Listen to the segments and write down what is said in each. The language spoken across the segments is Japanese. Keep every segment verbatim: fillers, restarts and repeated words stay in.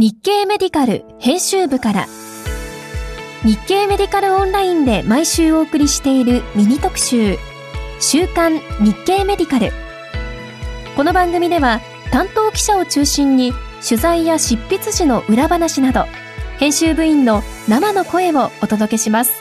日経メディカル編集部から日経メディカルオンラインで毎週お送りしているミニ特集週刊日経メディカル。この番組では担当記者を中心に取材や執筆時の裏話など編集部員の生の声をお届けします。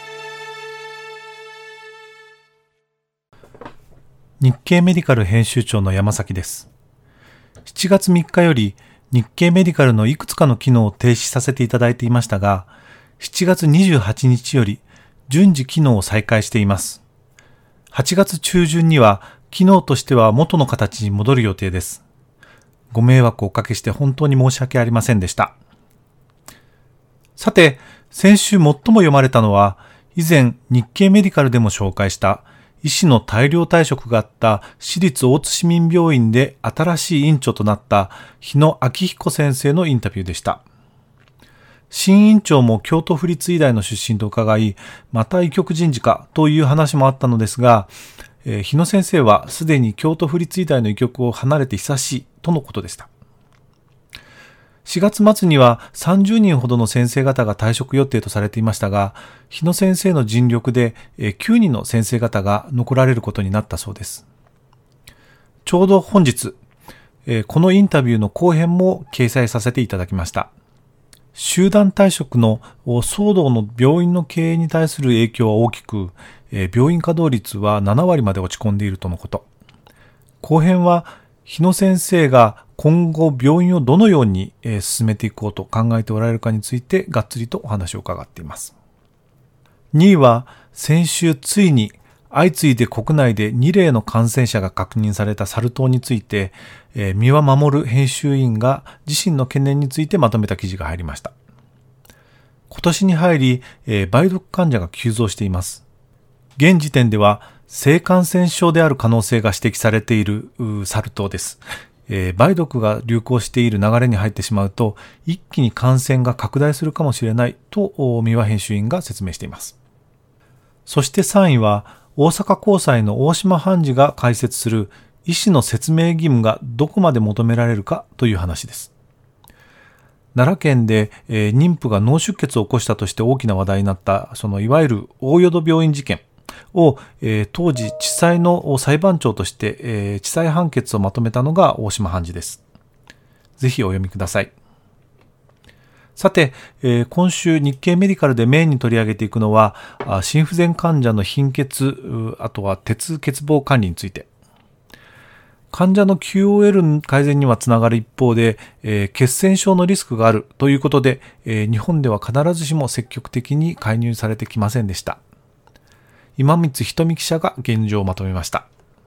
日経メディカル編集長の山崎です。しちがつみっかより日経メディカルのいくつかの機能を停止させていただいていましたが、しちがつにじゅうはちにちより順次機能を再開しています。はちがつちゅうじゅんには機能としては元の形に戻る予定です。ご迷惑をおかけして本当に申し訳ありませんでした。さて、先週最も読まれたのは、以前日経メディカルでも紹介した医師の大量退職があった私立大津市民病院で新しい院長となった日野昭彦先生のインタビューでした。新院長も京都府立医大の出身と伺い、また医局人事かという話もあったのですが、えー、日野先生はすでに京都府立医大の医局を離れて久しいとのことでした。しがつまつにはさんじゅうにんほどの先生方が退職予定とされていましたが、日野先生の尽力できゅうにんの先生方が残られることになったそうです。ちょうど本日、このインタビューの後編も掲載させていただきました。集団退職の騒動の病院の経営に対する影響は大きく、病院稼働率はななわりまで落ち込んでいるとのこと。後編は日野先生が今後病院をどのように進めていこうと考えておられるかについてがっつりとお話を伺っています。にいは先週ついに相次いで国内でにれいの感染者が確認されたサル痘について、三輪守編集員が自身の懸念についてまとめた記事が入りました。今年に入り梅毒患者が急増しています。現時点では性感染症である可能性が指摘されているサル痘です。えー、梅毒が流行している流れに入ってしまうと一気に感染が拡大するかもしれないと三輪編集員が説明しています。そしてさんいは大阪高裁の大島判事が解説する医師の説明義務がどこまで求められるかという話です。奈良県で、えー、妊婦が脳出血を起こしたとして大きな話題になったそのいわゆる大淀病院事件を、えー、当時地裁の裁判長として、えー、地裁判決をまとめたのが大島判事です。ぜひお読みください。さて、えー、今週日経メディカルでメインに取り上げていくのは心不全患者の貧血、あとは鉄欠乏管理について。患者の キューオーエル 改善にはつながる一方で、えー、血栓症のリスクがあるということで、えー、日本では必ずしも積極的に介入されてきませんでした。今光瞳記者が現状をまとめました。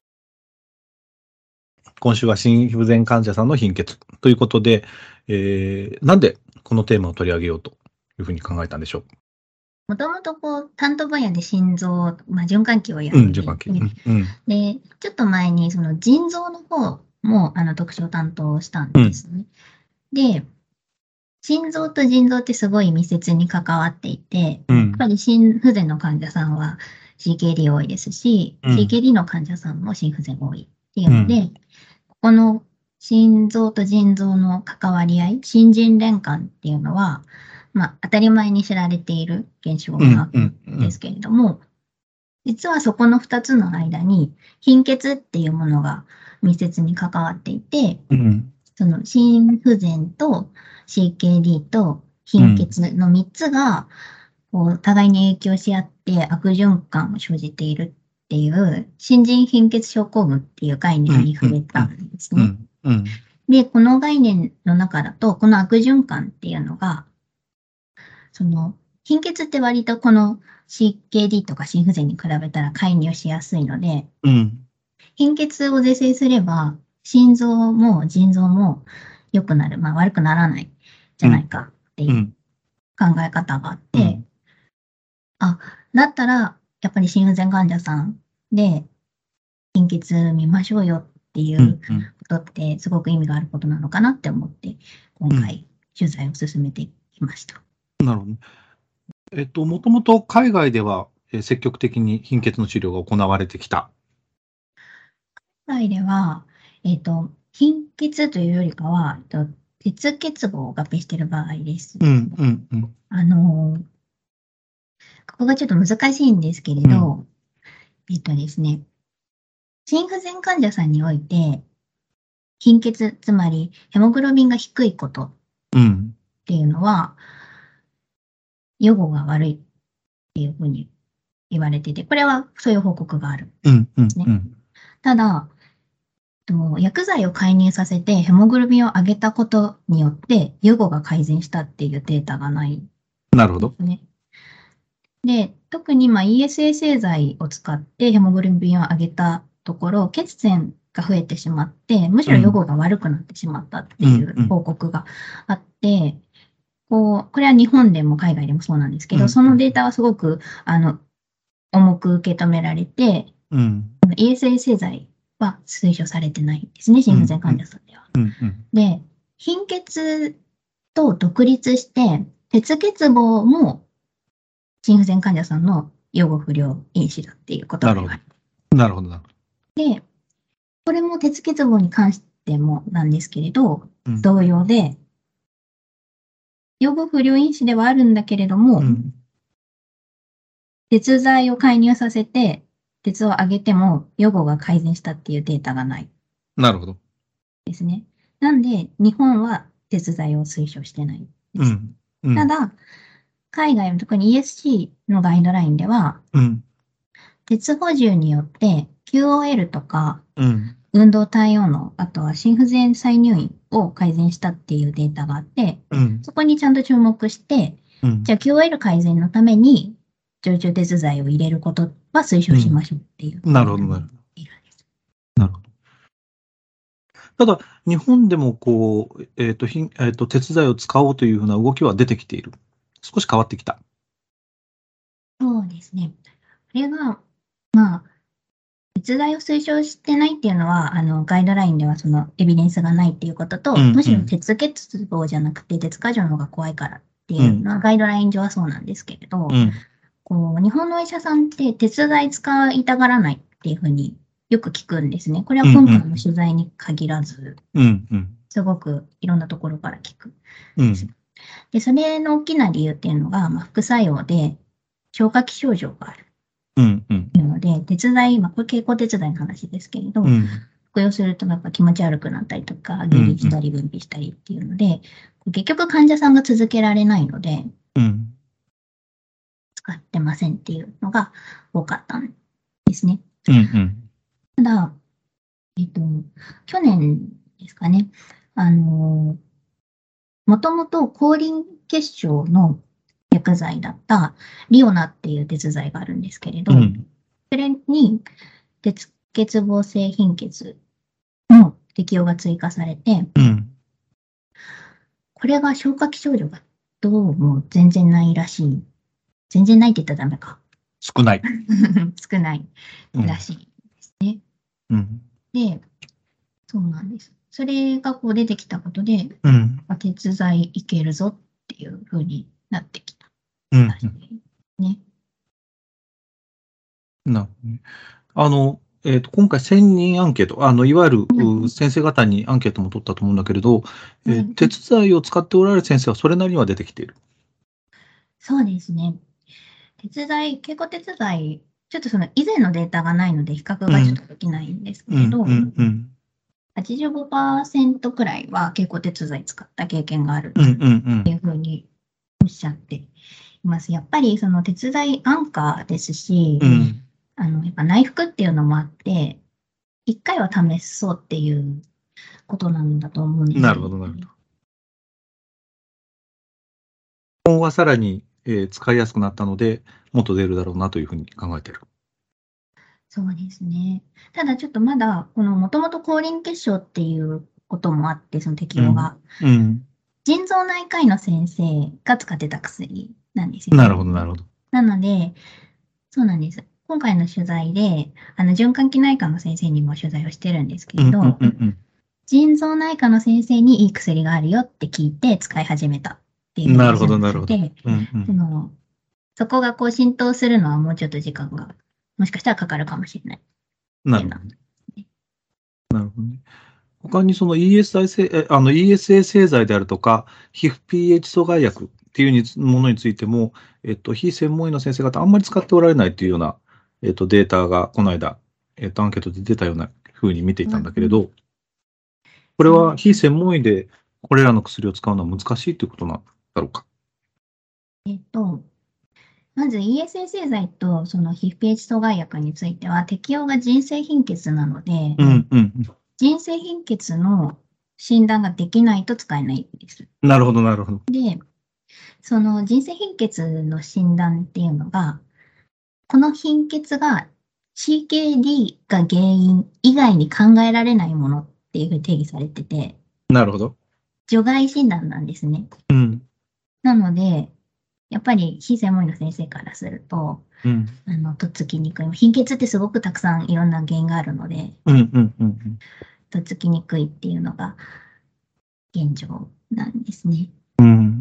今週は心不全患者さんの貧血ということで、えー、なんでこのテーマを取り上げようというふうに考えたんでしょう。 もともとこう担当分野で心臓、まあ、循環器をやる、うん、循環器、うんうん、でちょっと前にその腎臓の方もあの特徴担当したんですね。うん、で心臓と腎臓ってすごい密接に関わっていて、うん、やっぱり心不全の患者さんは シーケーディー 多いですし、うん、シーケーディー の患者さんも心不全多いっていうので、うん、ここの心臓と腎臓の関わり合い、心腎連関っていうのは、まあ、当たり前に知られている現象なんですけれども、うんうんうん、実はそこのふたつの間に貧血っていうものが密接に関わっていて、うん、その心不全と シーケーディー と貧血のみっつがこう互いに影響し合って悪循環を生じているっていう心腎貧血症候群っていう概念に触れたんですね。で、この概念の中だとこの悪循環っていうのがその貧血って割とこの シーケーディー とか心不全に比べたら介入しやすいので、うん、貧血を是正すれば心臓も腎臓も良くなる、まあ悪くならないじゃないかっていう考え方があって、うんうん、あ、だったらやっぱり心不全患者さんで貧血見ましょうよっていうことってすごく意味があることなのかなって思って今回取材を進めてきました。 なるほどね。えっと、もともと海外では積極的に貧血の治療が行われてきた。 海外では、えっと、貧血というよりかは、えっと、 鉄欠乏を合併している場合です。 うんうんうん。 あの、ここがちょっと難しいんですけれど、うん、えっとですね、心不全患者さんにおいて、貧血、つまりヘモグロビンが低いことっていうのは、予後が悪いっていうふうに言われてて、これはそういう報告があるんですね。うんうんうん、ただ、薬剤を介入させてヘモグロビンを上げたことによって予後が改善したっていうデータがないんですね。 なるほど。 で、特にまあ イーエスエー 製剤を使ってヘモグロビンを上げたところ、血栓が増えてしまって、むしろ予後が悪くなってしまったっていう報告があって、うんうん、こう、これは日本でも海外でもそうなんですけど、うん、そのデータはすごく、あの、重く受け止められて、うん、イーエスエー 製剤は推奨されてないんですね、心不全患者さんでは。うんうん、で、貧血と独立して、鉄欠乏も心不全患者さんの予後不良因子だっていうことが言われる。 なるほど。なるほど。で、これも鉄欠乏に関してもなんですけれど、うん、同様で、予後不良因子ではあるんだけれども、うん、鉄剤を介入させて、鉄を上げても予後が改善したっていうデータがない。 なるほど。 ですね。なんで、日本は鉄剤を推奨してないです。うんうん、ただ、海外の特に イーエスシー のガイドラインでは、うん、鉄補充によって キューオーエル とか、うん、運動対応能、あとは心不全再入院を改善したっていうデータがあって、うん、そこにちゃんと注目して、うん、じゃあ キューオーエル 改善のために常駐鉄剤を入れることは推奨しましょうっていう、 うん。なるほど、なるほど。なるほど。ただ、日本でもこう、えっと、ひえっと、鉄剤を使おうというふうな動きは出てきている。少し変わってきた。 そうですね。これが、まあ、鉄剤を推奨してないっていうのは、あの、ガイドラインではそのエビデンスがないっていうことと、うんうん、むしろ鉄欠乏じゃなくて、鉄過剰の方が怖いからっていうのは、うん、ガイドライン上はそうなんですけれど、うん、こう、日本のお医者さんって鉄剤使いたがらないっていうふうによく聞くんですね。これは今回の取材に限らず、うんうん、すごくいろんなところから聞く。うん、で、それの大きな理由っていうのが、まあ、副作用で消化器症状がある。うんうん、ので、鉄剤、まあ、これ蛍光鉄剤の話ですけれど、うん、服用するとやっぱ気持ち悪くなったりとか、下痢したり分泌したりっていうので、うんうん、結局患者さんが続けられないので、うん、使ってませんっていうのが多かったんですね。うんうん、ただ、えっと、去年ですかね、あの、もともと抗リン結晶の薬剤だったリオナっていう鉄剤があるんですけれど、うん、それに鉄欠乏性貧血の適用が追加されて、うん、これが消化器症状がどうも全然ないらしい。全然ないって言ったらダメか。 少ない。 少ないらしいですね。うん、で、そうなんです。それがこう出てきたことで、うん、鉄剤いけるぞっていう風になってきたらしいね。 うん、なるほどね。あの、えっと、今回せんにんアンケート、あの、いわゆる、うん、先生方にアンケートも取ったと思うんだけれど、うん、えー、鉄剤を使っておられる先生はそれなりには出てきている。 そうですね。鉄剤、蛍光鉄剤、ちょっとその以前のデータがないので比較がちょっとできないんですけれど、はちじゅうごパーセント くらいは蛍光鉄剤使った経験があるっていうふうにおっしゃっています。やっぱりその鉄剤安価ですし、うん、あのやっぱ内服っていうのもあって、一回は試そうっていうことなんだと思うんです。 なるほど、なるほど。今後はさらに、えー、使いやすくなったので、もっと出るだろうなというふうに考えている。 そうですね。ただちょっとまだ、このもともと抗リン結晶っていうこともあって、その適用が。うんうん、腎臓内科医の先生が使ってた薬なんですよね。 なるほど、なるほど。 なので、そうなんです。今回の取材で、あの、循環器内科の先生にも取材をしてるんですけれど、うんうんうん、腎臓内科の先生にいい薬があるよって聞いて使い始めたっていう。 なるほど、なるほど。うんうん、そのそこがこう浸透するのはもうちょっと時間が、もしかしたらかかるかもしれない。 なるほどね。なるほどね。 他にその イーエスアイ 製、えあの イーエスエー 製剤であるとか、皮膚 ピーエイチ 阻害薬っていうにものについても、えっと、非専門医の先生方あんまり使っておられないというような、えっと、データがこの間、えっと、アンケートで出たようなふうに見ていたんだけれど、これは非専門医でこれらの薬を使うのは難しいということなんだろうか。 えっと、まず イーエスエー 製剤とその皮膚 ピーエイチ 阻害薬については適用が腎性貧血なので、 うんうん、 腎性貧血の診断ができないと使えないです。 なるほど、なるほど。 で、その腎性貧血の診断っていうのが、この貧血が シーケーディー が原因以外に考えられないものっていうふうに定義されてて、 なるほど。 除外診断なんですね。 うん、 なので、やっぱり非専門医の先生からすると、 うん、 あの、とっつきにくい。貧血ってすごくたくさんいろんな原因があるので、 うん、うん、うん。 とっつきにくいっていうのが現状なんですね。 うん、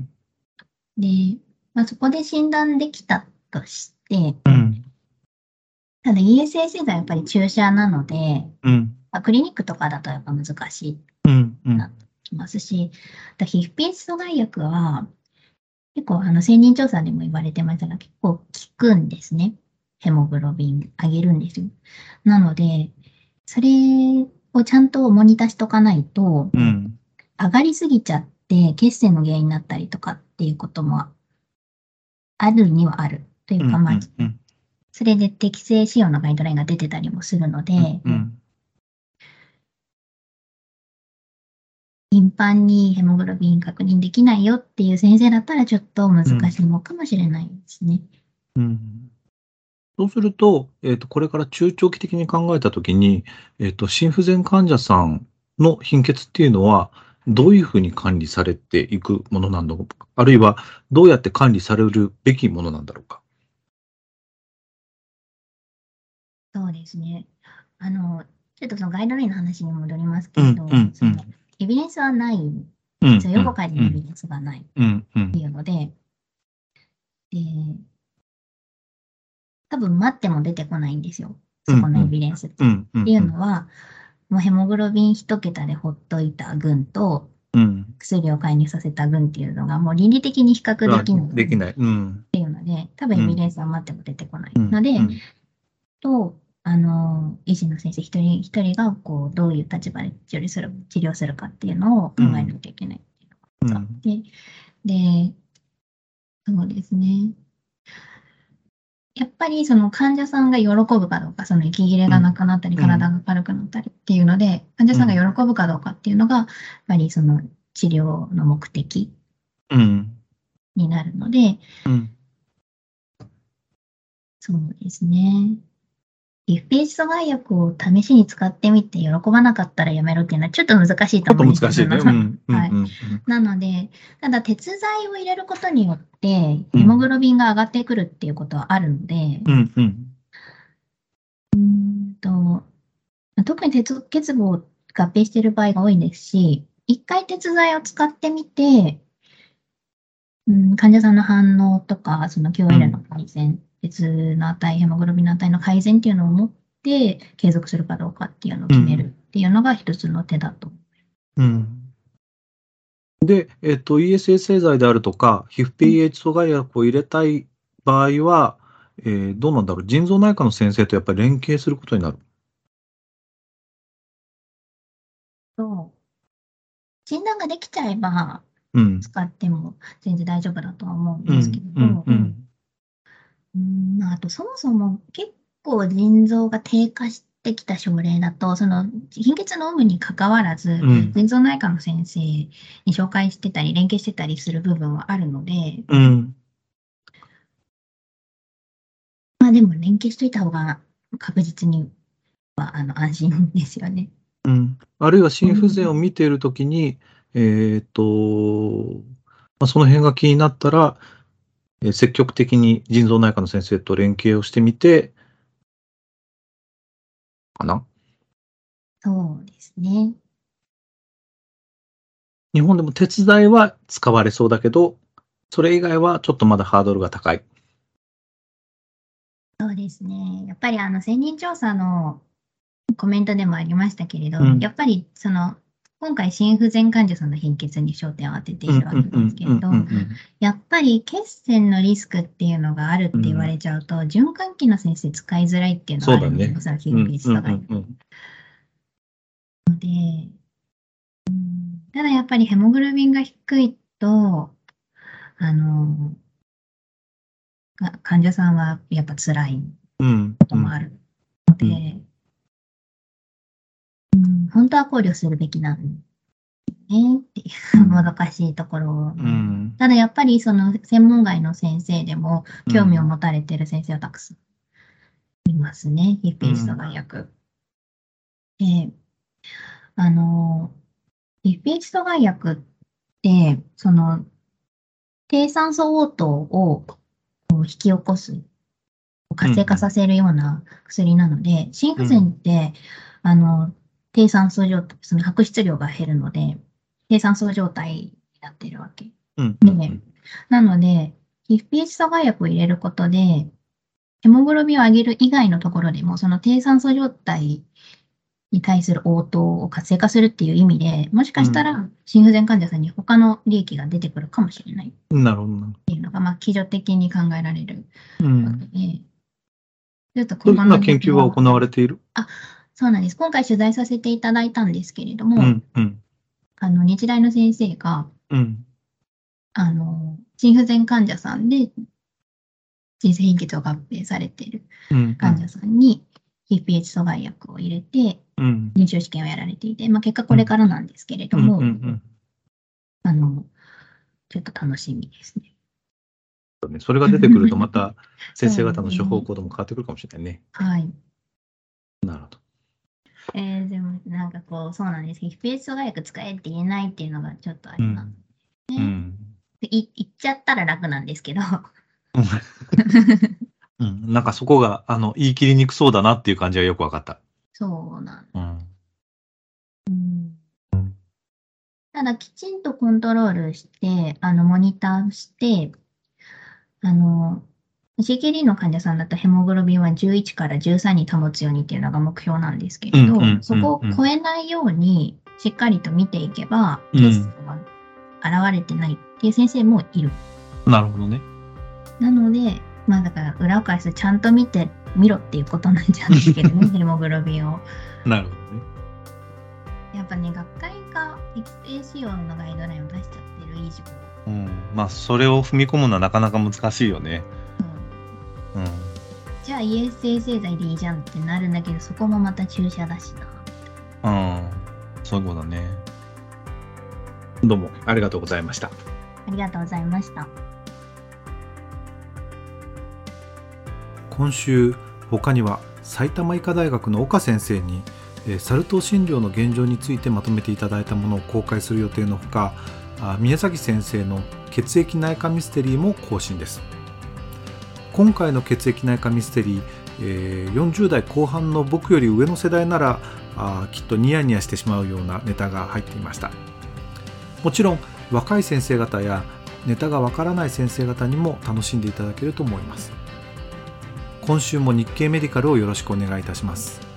で、まあ、そこで診断できたとして、 うん、 ただ イーエスエー 製剤はやっぱり注射なので、 うん、 まあ、クリニックとかだとやっぱ難しいうん、うん。 なってきますし、あと皮膚 ピーエイチ 阻害薬は、結構あの、専任調査でも言われてましたが、結構効くんですね。ヘモグロビン上げるんですよ。なので、それをちゃんとモニターしとかないと、 うん、 上がりすぎちゃって血栓の原因になったりとかっていうこともあるにはある。というか、まあ、 うん、 それで適正使用のガイドラインが出てたりもするので、 うん、 頻繁にヘモグロビン確認できないよっていう先生だったらちょっと難しいのかもしれないですね。 うん。そうすると、えっと、これから中長期的に考えたときに、えっと、心不全患者さんの貧血っていうのは、どういうふうに管理されていくものなんだろうか、あるいはどうやって管理されるべきものなんだろうか。 そうですね。あの、ちょっとそのガイドラインの話に戻りますけうん、 れど、 うん、 そのエビデンスはない、 うん、 その予後会のエビデンスがないっうん、うん、 ていうので、で、多分待っても出てこないんですよ。そこのエビデンスって。 うん、 っていうのは、もうヘモグロビン一桁でほっといた群と、 うん、 薬を介入させた群っていうのがもう倫理的に比較できない。 できない。うん。 っていうので、多分エビデンスは待っても出てこないうんので、 うんと、あの、医師の先生一人一人が、こう、どういう立場で治療する、治療するかっていうのを考えないといけないっていうのがあって、で、そうですね。やっぱりその患者さんが喜ぶかどうか、その息切れがなくなったり、 うん体が軽くなったりっていうので、患者さんが喜ぶかどうかっていうのが、やっぱりその治療の目的うんになるので、 うんそうですね。皮膚 ピーエイチ 阻害薬を試しに使ってみて喜ばなかったらやめろっていうのはちょっと難しいと思うんですちょっと難しいね。 よ。 うんはいうんなので、ただ鉄剤を入れることによって、ヘモグロビンが上がってくるっていうことはあるので、 うんうんうんと特に鉄欠乏を合併している場合が多いですし、一回鉄剤を使ってみて、うん、患者さんの反応とか、その キューエル の改善、鉄の値、ヘモグロビンの値の改善っていうのを持って継続するかどうかっていうのを決めるっていうのが一つの手だと。 うんで、えっと、イーエスエー 製剤であるとか、皮膚 ピーエイチ 阻害薬を入れたい場合は、えーどうなんだろう、腎臓内科の先生とやっぱり連携することになる。 そう診断ができちゃえば、 うん使っても全然大丈夫だとは思うんうんですけど、 うんうんうんまあ、あとそもそも結構腎臓が低下してきた症例だと、その貧血の有無に関わらず、 うん腎臓内科の先生に紹介してたり、連携してたりする部分はあるので、 うんまあでも連携しといた方が確実にはあの安心ですよね。 うんあるいは心不全を見ているときに、えっと、まあ、その辺が気になったら、えー積極的に腎臓内科の先生と連携をしてみて、かな。 そうですね。 日本でも鉄剤は使われそうだけど、それ以外はちょっとまだハードルが高い。 そうですね。やっぱりあの、専任調査のコメントでもありましたけれど、 うんやっぱりその、 今回心不全患者さんの貧血に焦点を当てているわけですけれど、やっぱり血栓のリスクっていうのがあるって言われちゃうと、うん、循環器の先生使いづらいっていうのがあるんです、皮膚病とかに。ので、うん、ただやっぱりヘモグロビンが低いと、あの、患者さんはやっぱ辛いこともあるので、うんうんうん、本当は考慮するべきなんねっていうもどかしいところ、うん、ただやっぱりその専門外の先生でも興味を持たれている先生はたくさんいますね、皮膚阻害薬。で、あの、皮膚阻害薬って、その、低酸素応答を引き起こす、活性化させるような薬なので、心不全って、うん、あの、低酸素状態、その白質量が減るので、低酸素状態になっているわけ。 うんで、なので、皮膚 pH 阻害薬を入れることで、ヘモグロビンを上げる以外のところでも、その低酸素状態に対する応答を活性化するっていう意味で、もしかしたら心不全患者さんに他の利益が出てくるかもしれない。 なるほど。 っていうのが、まあ、基準的に考えられるわけで。 ちょっと今後の研究は行われている？ あ、そうなんです。今回取材させていただいたんですけれども、 うんうん、 あの、日大の先生が、 うん、 あの、心不全患者さんで、人生貧血を合併されている患者さんに、皮膚 pH 阻害薬を入れて、臨床試験をやられていて、まあ、結果これからなんですけれども、あの、ちょっと楽しみですね。 それが出てくると、また先生方の処方行動も変わってくるかもしれないね。 はい。 なるほど。 えー、でも、なんかこう、そうなんです。皮膚 pH 阻害薬使えって言えないっていうのがちょっとありますね。うんうん、い言っちゃったら楽なんですけど。 うん、なんかそこがあの言い切りにくそうだなっていう感じはよく分かった。 そうなんです。 うんうん、ただ、きちんとコントロールして、あの、モニターして、あの、シーケーディー の患者さんだとヘモグロビンはじゅういちからじゅうさんに保つようにっていうのが目標なんですけれど、そこを超えないようにしっかりと見ていけば、血栓が現れてないっていう先生もいる。 なるほどね。 なので、まあだから裏を返すとちゃんと見てみろっていうことなんじゃないですけどね、ヘモグロビンを。 なるほどね。 やっぱね、学会が適正使用のガイドラインを出しちゃってる以上。 うん、まあそれを踏み込むのはなかなか難しいよね。うん。うん、 じゃあイエス生成剤でいいじゃんってなるんだけど、そこもまた注射だしな。うん、そういうことだね。どうもありがとうございました。 ありがとうございました。 今週他には埼玉医科大学の岡先生にサル痘診療の現状についてまとめていただいたものを公開する予定のほか、宮崎先生の血液内科ミステリーも更新です。今回の血液内科ミステリー、えー、よんじゅう代後半の僕より上の世代ならあきっとニヤニヤしてしまうようなネタが入っていました。もちろん若い先生方やネタがわからない先生方にも楽しんでいただけると思います。今週も日経メディカルをよろしくお願いいたします。